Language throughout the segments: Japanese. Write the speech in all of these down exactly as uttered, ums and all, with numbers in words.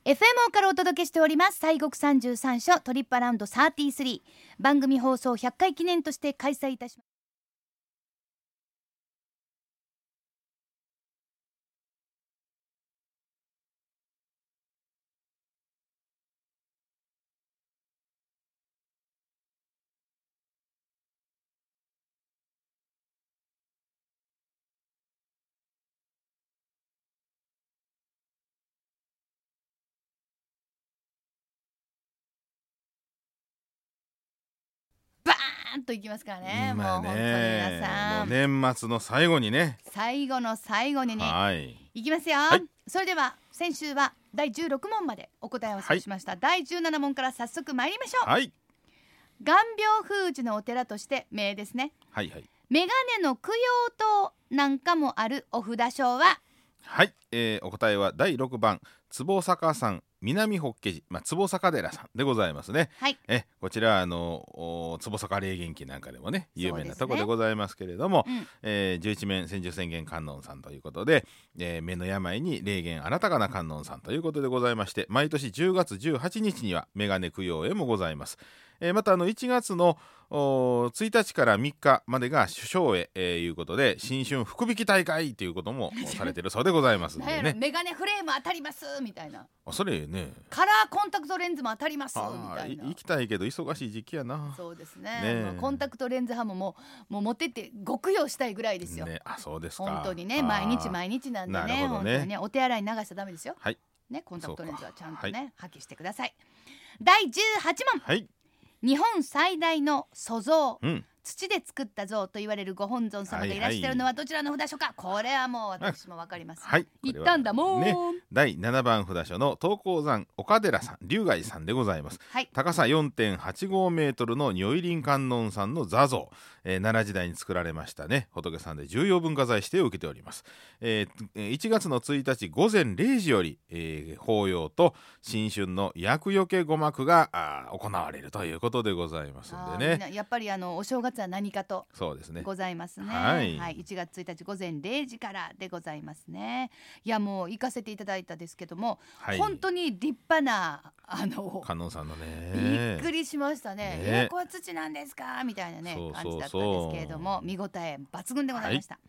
エフエムオー からお届けしております西国さんじゅうさん所トリップアラウンドさんじゅうさん、番組放送ひゃっかい記念として開催いたします。バーンといきますからね、 まあもう本当に皆さん、 もう年末の最後にね、 最後の最後にね、 はいいきますよ、 はい、 それでは先週はだいじゅうろく問までお答え合わせをしました、はい、だいじゅうなな問から早速参りましょう。 はい、 眼病封じのお寺として名ですね。 はいはいメガネの供養塔なんかもあるお札所は、 はい、えー、お答えはだいろくばん坪坂山南法華寺、まあ、坪坂寺さんでございますね。 はい、 えこちらあの坪坂霊源記なんかでもね有名なところでございますけれども、ね、うん、えー、十一面千手千眼観音さんということで、えー、目の病に霊源あらたかな観音さんということでございまして、毎年じゅうがつじゅうはちにちにはメガネ供養へもございます。えー、またあのいちがつのついたちからみっかまでが首相へ、えー、いうことで新春福引き大会ということもされているそうでございますんでねメガネフレーム当たりますみたいな、 あそれね、 カラーコンタクトレンズも当たりますみたいな。 行きたいけど忙しい時期やな。 そうです ね, ね、まあ、コンタクトレンズ派ももう、もう持ってってご供養したいぐらいですよ、 ね、あそうですか。 本当にね、毎日毎日なんで ね, ね本当にね、お手洗いに流しちゃダメですよ、はいね、コンタクトレンズはちゃんとね、はい、破棄してください。だいじゅうはち問、はい、日本最大の塑像、うん、土で作った像と言われるご本尊様がいらっしゃるのはどちらの札所か、はいはい、これはもう私も分かります、はい、言ったんだもん、ね、 だいななばん札所の東光山岡寺さん龍外さんでございます、はい、高さ よんてんはちごメートルの如意輪観音さんの座像、えー、奈良時代に作られましたね仏さんで重要文化財指定を受けております。えー、いちがつのついたち午前れいじより、えー、法要と新春の厄除け護摩が行われるということでございますんでね。 やっぱりあのお正月は何かとございますね。はい、はい、いちがつついたち午前れいじからでございますね。いやもう行かせていただいたですけども、はい、本当に立派なあの観音さんのね、 びっくりしましたね。ねえ、これ土なんですかみたいなねそうそうそう感じだったんですけれども、見応え抜群でございました。はい、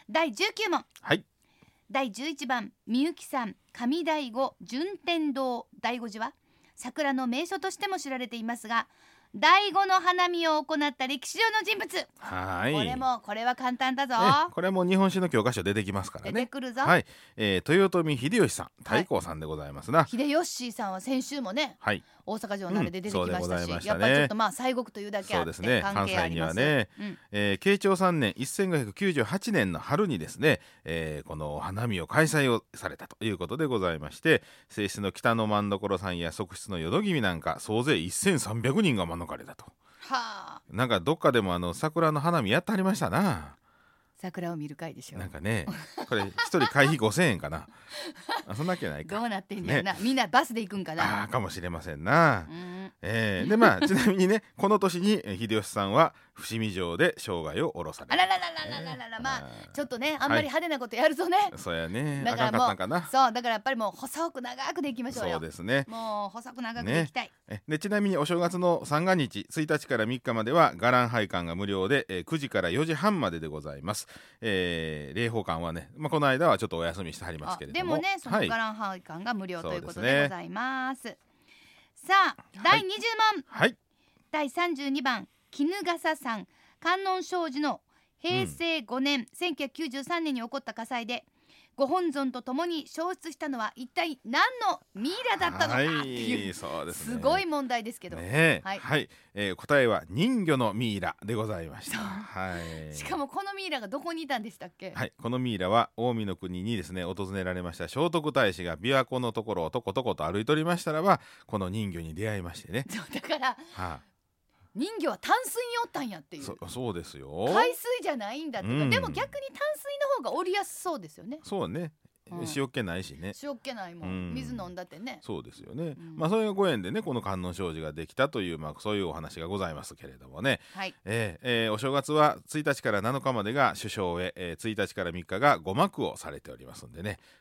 だいじゅうきゅう問、はい、だいじゅういちばんみゆきさん上醍醐順天堂醍醐寺は桜の名所としても知られていますが、醍醐の花見を行った歴史上の人物、はい、これもこれは簡単だぞ、ね、 これはもう日本史の教科書出てきますからね。 出てくるぞ、 はい、えー、豊臣秀吉さん太閤さんでございますな、 はい、秀吉さんは先週もね、はい、大阪城などで出てきましたし、うん、したね、やっぱりちょっとまあ西国というだけあって関係あります。 関西にはね、うん、えー、慶長さんねんせんごひゃくきゅうじゅうはちねんの春にですね、えー、このお花見を開催をされたということでございまして、正室の北の万所さんや側室の淀君なんか総勢せんさんびゃくにんが招かれたと。はあ、なんかどっかでもあの桜の花見やってはりましたな。 桜を見る会でしょ。 なんかね、これ一人会費ごせんえんかなあ、そんなわけないか。 どうなってんだよな、ね、みんなバスで行くんかな。 あかもしれませんな、うん、えー、でまあちなみにねこの年に秀吉さんは伏見城で生涯を下ろされた。 あらららららららら、まあちょっとねあんまり派手なことやるとね、はい、 そうやね、 だからもうあかんかったんかな。 そうだからやっぱりもう細く長くでいきましょうよ。 そうですね、 もう細く長くでいきたい、 ね、でちなみにお正月の三が日ついたちからみっかまでは伽藍拝観が無料で、えー、くじからよじはんまででございます。えー、霊宝館はね、まあ、この間はちょっとお休みしてはりますけれども、 でもねその伽藍拝観が無料、はい、ということでございます。さあ、はい、だいにじゅう問、はい、だいさんじゅうにばん衣笠さん観音障子のへいせいごねん、うん、せんきゅうひゃくきゅうじゅうさんねんに起こった火災でご本尊とともに焼失したのは一体何のミイラだったのかっていう、はい、そうですね、すごい問題ですけど、 ね、はい、はい、えー、答えは人魚のミイラでございました。はい、 しかもこのミイラがどこにいたんでしたっけ。 はい、このミイラは近江の国にですね訪ねられました聖徳太子が琵琶湖のところをとことこと歩いておりましたらばこの人魚に出会いましてね。 そうだから、はあ、人魚は淡水におったんやっていう。 そ, そうですよ、 海水じゃないんだっていうか、うん、でも逆に淡水の方がおりやすそうですよね。 そうね、うん、塩っ気ないしね。 塩っ気ないもん、うん、水飲んだってね。 そうですよね、うん、まあそれがご縁でねこの観音障子ができたという、まあ、そういうお話がございますけれどもね、はい、えーえー、お正月はついたちからなのかまでが首相へ、えー、ついたちからみっかがご幕をされておりますんでね。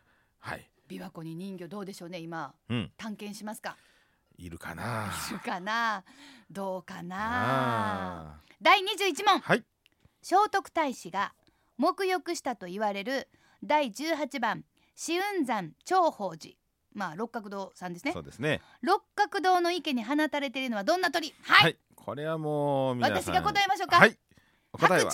はい、 琵琶湖に人魚どうでしょうね今、うん、探検しますか。 いるかな。 いるかな。どうかな。だいにじゅういち問、はい、聖徳太子が沐浴したと言われるだいじゅうはちばん紫雲山長宝寺、まあ六角堂さんですね。 そうですね。 六角堂の池に放たれているのはどんな鳥。はい、はい、 これはもう皆さん私が答えましょうか。 はい、 白鳥です。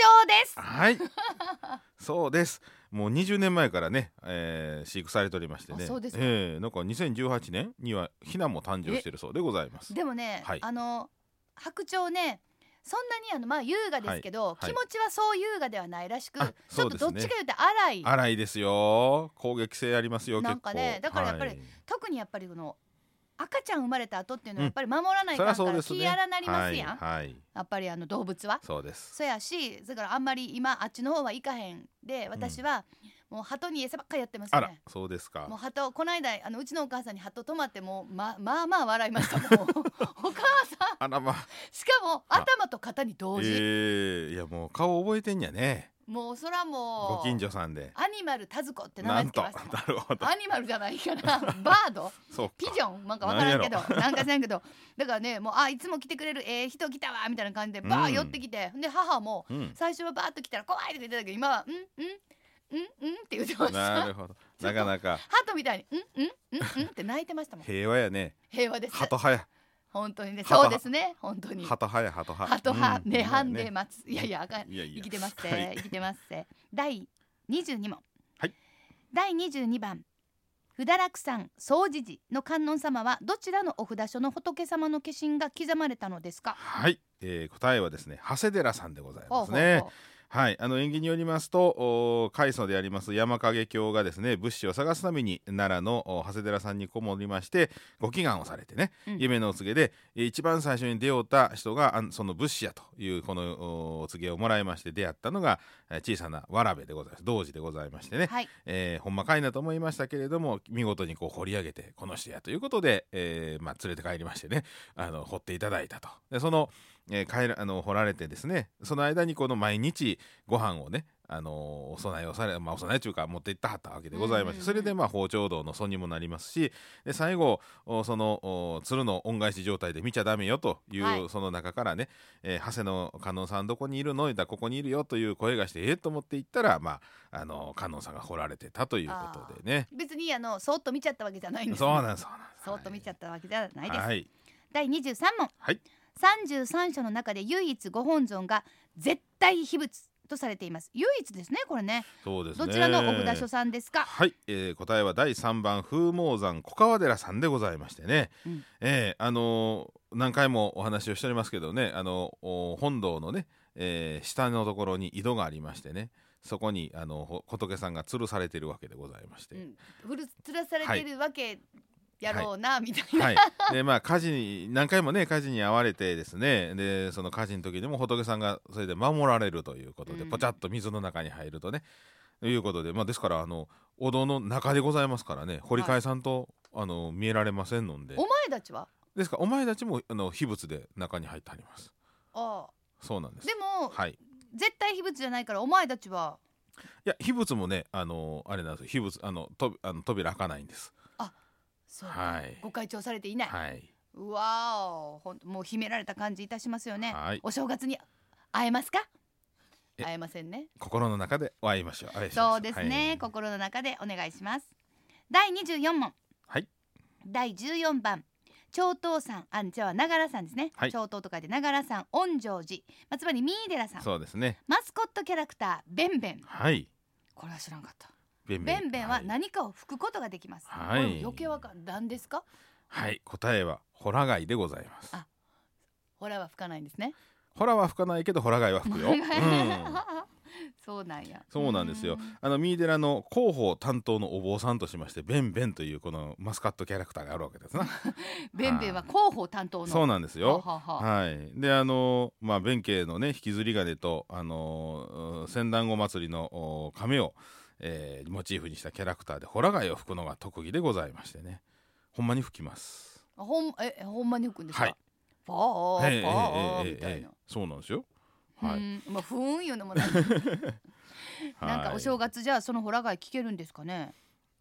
はいそうです。もうにじゅうねんまえからね、えー、飼育されておりましてね。 そうですか。 えー、なんかにせんじゅうはちねんにはヒナも誕生しているそうでございます。 でもね、はい、あの白鳥ね、そんなにあのまあ優雅ですけど、はい、気持ちはそう優雅ではないらしく、はい、ちょっとどっちか言うと荒い荒いですよ。攻撃性ありますよ。 なんかね、だからやっぱり、はい、特にやっぱりこの赤ちゃん生まれた後っていうのはやっぱり守らないから気やらなりますやん、はいはい、やっぱりあの動物はそうです。 そうやし、だからあんまり今あっちの方は行かへんで、私はもう鳩に餌ばっかりやってますね。 あら、そうですか。 もう鳩、この間あのうちのお母さんに鳩止まってもう ま, まあまあ笑いましたもんお母さんあら、ま、 しかも頭と肩に同時、えー、いやもう顔覚えてんやね。 もうそらもうご近所さんでアニマルタズコって名前つけましたもん。 なるほど。 アニマルじゃないかなバードピジョンなんか分からんけどなんかせんけど、だからね、もうあいつも来てくれるええー、人来たわみたいな感じでバー寄ってきて、うん、で母も最初はバーッと来たら怖いって言ってたけど、今はうんうんうんうんって言ってました。 なるほど。なかなか鳩みたいにうんうんうんうんって泣いてましたもん。 平和やね。 平和です。 鳩派や。 本当にね、そうですね、本当に。 鳩派や、鳩派。 鳩派、涅槃で待つ。いやいや、あかん。生きてますせ、生きてますせ。だいにじゅうに問。はい。だいにじゅうにばん。不堕落山総持寺の観音様はどちらのお札所の仏様の化身が刻まれたのですか。 はい、えー、答えはですね、長谷寺さんでございますね。ほうほうほう。はい、あの縁起によりますと開祖であります山影教がですね、物資を探すために奈良の長谷寺さんにこもりましてご祈願をされてね、うん、夢のお告げで一番最初に出会った人がその物資やというこのお告げをもらいまして出会ったのが小さなわらべでございます。童子でございましてね、はい、えー、ほんまかいなと思いましたけれども見事にこう掘り上げてこの人やということで、えーまあ、連れて帰りましてね、あの掘っていただいたと。でそのえー、帰らあの掘られてですね、その間にこの毎日ご飯をね、あのー、お供えをされ、まあ、お供えというか持っていったはったわけでございまして、それでまあ包丁道の祖にもなりますし、で最後その鶴の恩返し状態で見ちゃダメよという、はい、その中からね、えー、長谷の観音さんどこにいるの、いたここにいるよという声がしてええー、と思って行ったら、まあ、あの観音さんが掘られてたということでね。 別にあのそーっと見ちゃったわけじゃないんです、 ね、そうなんです、 そーっと見ちゃったわけじゃないです、はい、 だいにじゅうさん問、はい、さんじゅうさんしょの中で唯一ご本尊が絶対秘仏とされています。唯一ですね、これね。 そうですね。 どちらのお札所さんですか。 はい、えー、答えはだいさんばん風毛山小川寺さんでございましてね、うん、えー、あのー、何回もお話をしておりますけどね、あの本堂のね、えー、下のところに井戸がありましてね、そこにあの仏さんが吊るされているわけでございまして、うん、 吊るされているわけ、はい、やろうな、はい、みたいな、はい、 でまあ火事に何回もね火事に遭われてですね、でその火事の時にも仏さんがそれで守られるということで、うん、ポチャッと水の中に入るとねということで、まあ、ですからあのお堂の中でございますからね、掘り返さんと、はい、あの見えられませんので。 お前たちはですからお前たちもあの秘仏で中に入ってあります。 ああ、 そうなんです。 でも、 はい、 絶対秘仏じゃないからお前たちは。 いや秘仏もね、あのあれなんですよ、秘仏あのとあの扉開かないんです。 あ、そう、 はい、 ご開帳されていない、 はい、 うわお、ほんもう秘められた感じいたしますよね、 はい、 お正月に会えますか。会えませんね。 心の中でお会いましょう。 そうですね、はい、心の中でお願いします。だいにじゅうよん問、 はい、 だいじゅうよんばん長東山、あ、じゃあ長良山ですね、はい、長東と書いて長良山恩成寺、まあ、つまり三井寺さん。 そうですね。 マスコットキャラクターベンベン、 はい、 これは知らんかった。 ベンベンベンは何かを吹くことができます、はい、余計わかん何ですか。 はい、答えはホラ貝でございます。 あ、ホラは吹かないんですね。 ホラは吹かないけどホラ貝は吹くよ、うん、 そうなんや。 そうなんですよ。あの三井寺の広報担当のお坊さんとしましてベンベンというこのマスカットキャラクターがあるわけですなベンベンは広報担当の。 そうなんですよ。ははは、はい、であのまあ弁慶のね引きずり金とあの千団子祭りの亀を、えー、モチーフにしたキャラクターでホラ貝を吹くのが特技でございましてね、ほんまに吹きます。 ほんえほんまに吹くんですか。はい、ファーファーみたいな。 そうなんですよ。はい、 まあ、ふーんいうのもないなんかお正月じゃあそのホラ貝聞けるんですかね。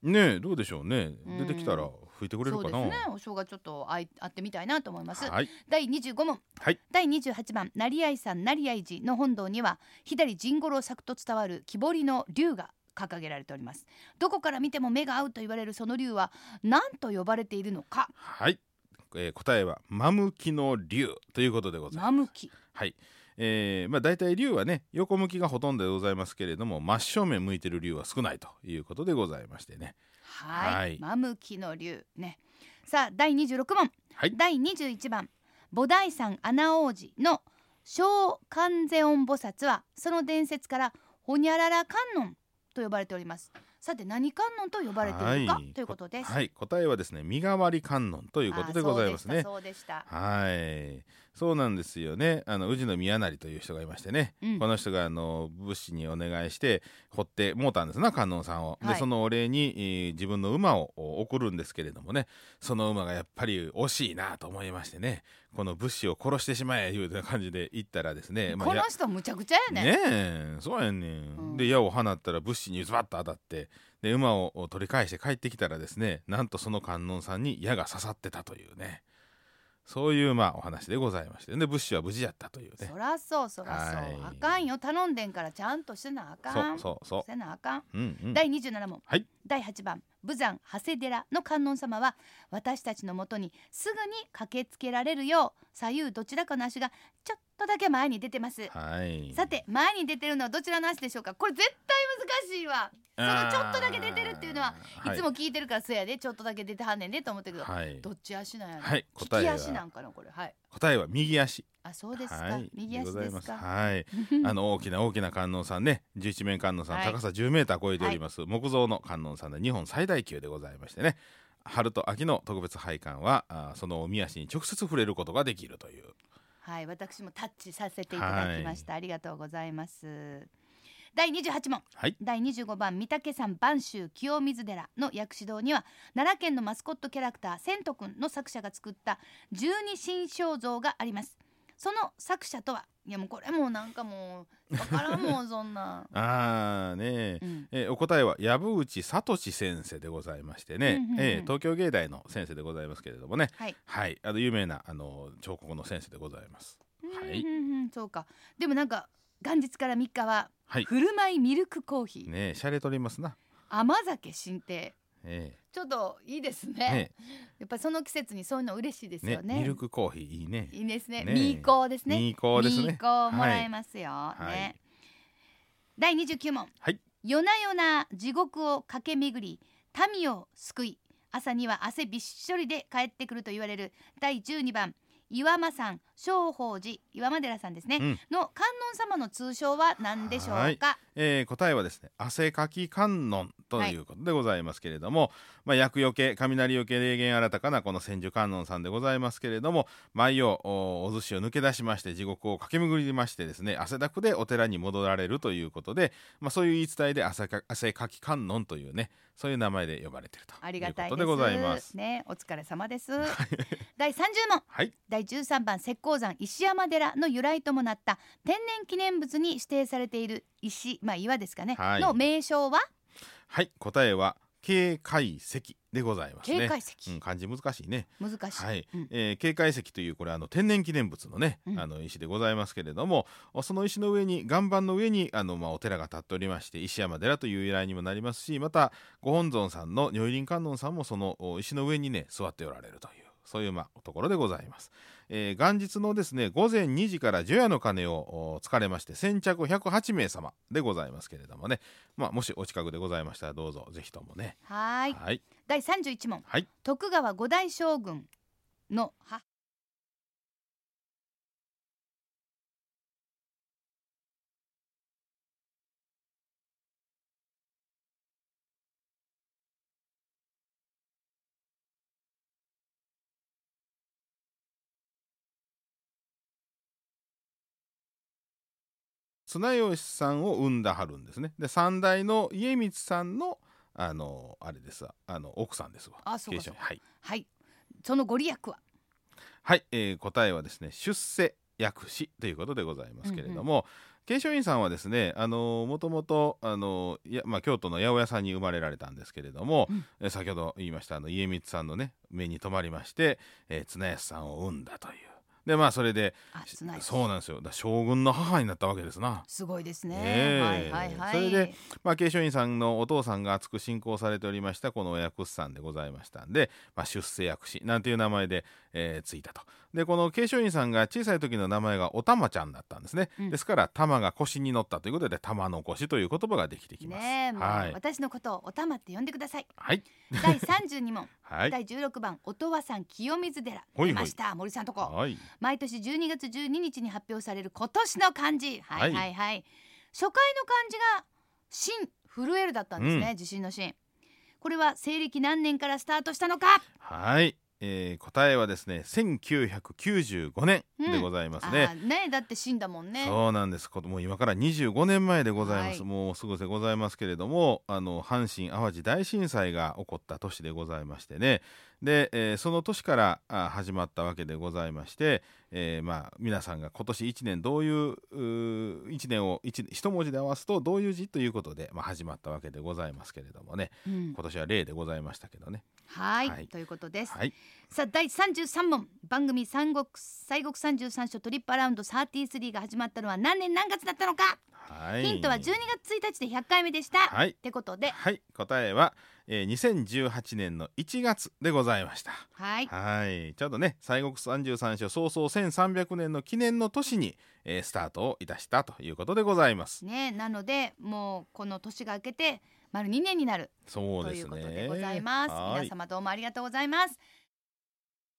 ねえどうでしょうね、出てきたら吹いてくれるかな。 そうですね、お正月ちょっとあい会ってみたいなと思います。 はい、 だいにじゅうご問、 はい、 だいにじゅうはち番成合山成合寺の本堂には左陣五郎作と伝わる木彫りの竜が掲げられております。どこから見ても目が合うと言われるその竜は何と呼ばれているのか。 はい、えー、答えはマムキの竜ということでございます。 マムキ、 はい、えーまあ、だいたい竜はね横向きがほとんどでございますけれども、真正面向いてる竜は少ないということでございましてね。 はい、 はい、 マムキの竜ね。さあだいにじゅうろく問、 はい、 だいにじゅういち番菩提山穴王子の小観世音菩薩はその伝説からほにゃらら観音と呼ばれております。さて何観音と呼ばれているか、はい、ということです。 はい、答えはですね身代わり観音ということでございますね。 そうでした、そうでした。 はい、そうなんですよね。あの宇治の宮成という人がいましてね、うん、この人があの仏師にお願いして掘ってもうたんですな、観音さんを、はい、でそのお礼に、えー、自分の馬を送るんですけれどもね、その馬がやっぱり惜しいなと思いましてね、この仏師を殺してしまえいうような感じで言ったらですね、 まあ、この人むちゃくちゃやね。 ねえそうやねん、うん、で矢を放ったら仏師にズバッと当たって、で馬を取り返して帰ってきたらですね、なんとその観音さんに矢が刺さってたというね、そういうまあお話でございまして、で仏師は無事やったというね。 そらそうそらそう、はい、あかんよ、頼んでんからちゃんとしてなあかん。 そうそうそうせなあかん、 うんうん、 だいにじゅうなな問、 はい、 だいはち番武山長谷寺の観音様は私たちのもとにすぐに駆けつけられるよう左右どちらかの足がちょっとだけ前に出てます、 はい、 さて前に出てるのはどちらの足でしょうか。これ絶対難しいわ。そのちょっとだけ出てるっていうのはいつも聞いてるからそうやで、ちょっとだけ出てはんねんでと思ってるけど、はい、どっち足なんやろ、はい、 答えは利き足なんかなこれ、はい、 答えは右足。 あ、そうですか、 はい、 右足ですか。 はい、あの大きな大きな観音さんね、十一面観音さん、はい、高さじゅうメーター超えております、はい、木造の観音さんで日本最大級でございましてね、春と秋の特別拝観はあそのおみ足に直接触れることができるという、 はい、私もタッチさせていただきました、はい、ありがとうございます。だいにじゅうはち問、はい、だいにじゅうご番御嶽山播州清水寺の薬師堂には奈良県のマスコットキャラクター千とくんの作者が作った十二神将像があります。その作者とは、いやもうこれもうなんかもう分からんもんそんなあーね、うん、えお答えは藪内聡先生でございましてね、うんうんうん、え東京芸大の先生でございますけれどもね、はい、はい、あの有名なあの彫刻の先生でございます。 はい、うんうんうん、そうか。でもなんか元日からみっかは、はい、振る舞いミルクコーヒーね、シャレとりますな。 甘酒進呈、 ええ、 ちょっといいですね。やっぱりその季節にそういうの嬉しいですよね。 ね、ミルクコーヒーいいね。 いいですね。ミーコーですね。 ミーコーですね。 ミーコーもらえますよ、はいね。はい、だいにじゅうきゅう問、はい、夜な夜な地獄を駆け巡り民を救い朝には汗びっしょりで帰ってくると言われるだいじゅうに番岩間山正法寺岩間寺さんですね、うん、の観音様の通称は何でしょうか。はい、 えー、答えはですね汗かき観音ということでございますけれども、はい、まあ、厄除け雷除け霊験新たかなこの千手観音さんでございますけれども、毎夜 お, お寿司を抜け出しまして地獄を駆け巡りましてですね、汗だくでお寺に戻られるということで、まあ、そういう言い伝えで汗か汗かき観音というね、そういう名前で呼ばれているということでございます。ありがたいですね。お疲れ様ですだいさんじゅう問、はい、だいじゅうさん番石膏山石山寺の由来ともなった天然記念物に指定されている石、まあ、岩ですかね、はい、の名称は。 はい、答えは警戒石でございますね。 警戒石、 うん、漢字難しいね。 難しい、 はい、うん、えー、警戒石というこれあの天然記念物のね、うん、あの石でございますけれども、その石の上に岩盤の上にあの、まあ、お寺が建っておりまして石山寺という由来にもなりますし、またご本尊さんの如意輪観音さんもその石の上にね座っておられるという、そういうまあところでございます。えー、元日のですね午前にじから除夜の鐘をつかれまして先着ひゃくはち名様でございますけれどもね、まあ、もしお近くでございましたらどうぞぜひともね。 はい、はい、だいさんじゅういち問、はい、徳川五代将軍のは綱吉さんを生んだはるんですね。で三代の家光さんのあのあれですわ、あの奥さんですわ。 あ、そうかそうか、 はい、 はい、そのご利益は。はい、 えー、答えはですね出世薬師ということでございますけれども、うんうん、 慶松院さんはですね、あのもともとあのや、まあ、京都の八百屋さんに生まれられたんですけれども、うん、え先ほど言いましたあの家光さんのね目に留まりまして、えー、綱安さんを生んだという。でまあそれでそうなんですよ、だ将軍の母になったわけですな。 すごいですね、 えーはいはいはい。 それで、まあ、慶松院さんのお父さんが厚く信仰されておりましたこのお薬師さんでございましたんで、まあ、出世薬師なんていう名前で、えー、ついたと。でこの慶松院さんが小さい時の名前がおたまちゃんだったんですね、うん、ですから玉が腰に乗ったということで玉の腰という言葉ができてきますね。 はい、 私のことをおたまって呼んでください。 はい、 だいさんじゅうに問、 はい、 だいじゅうろくばん音羽山清水寺出ました。森さんとこ、はい、毎年じゅうにがつじゅうににちに発表される今年の漢字、はいはいはい、初回の漢字が震震えるだったんですね、うん、地震の震。これは西暦何年からスタートしたのか。 はい、えー、答えはですねせんきゅうひゃくきゅうじゅうごねんでございますね、 うん、ねだって死んだもんね。 そうなんです。もう今からにじゅうごねんまえでございます、はい、もうすぐでございますけれども、あの阪神・淡路大震災が起こった年でございましてね。で、えー、その年からあ始まったわけでございまして、えー、まあ皆さんが今年いちねんどういういちねんを 一, 一文字で合わすとどういう字ということで、まあ、始まったわけでございますけれどもね、うん、今年は例でございましたけどね。 はい、はい、ということです、 はい、 さあだいさんじゅうさん問、番組三国西国さんじゅうさん所トリップアラウンドさんじゅうさんが始まったのは何年何月だったのか。はい、ヒントはじゅうにがつついたちでひゃっかいめでした、はい、ってことで、 はい、答えは、えー、にせんじゅうはちねんのいちがつでございました。 はい、 はいちょうどね西国さんじゅうさん所創創せんさんびゃくねんの記念の年に、えー、スタートをいたしたということでございますね。なのでもうこの年が明けて丸にねんになる、 そうですね、 ということでございます。皆様どうもありがとうございます。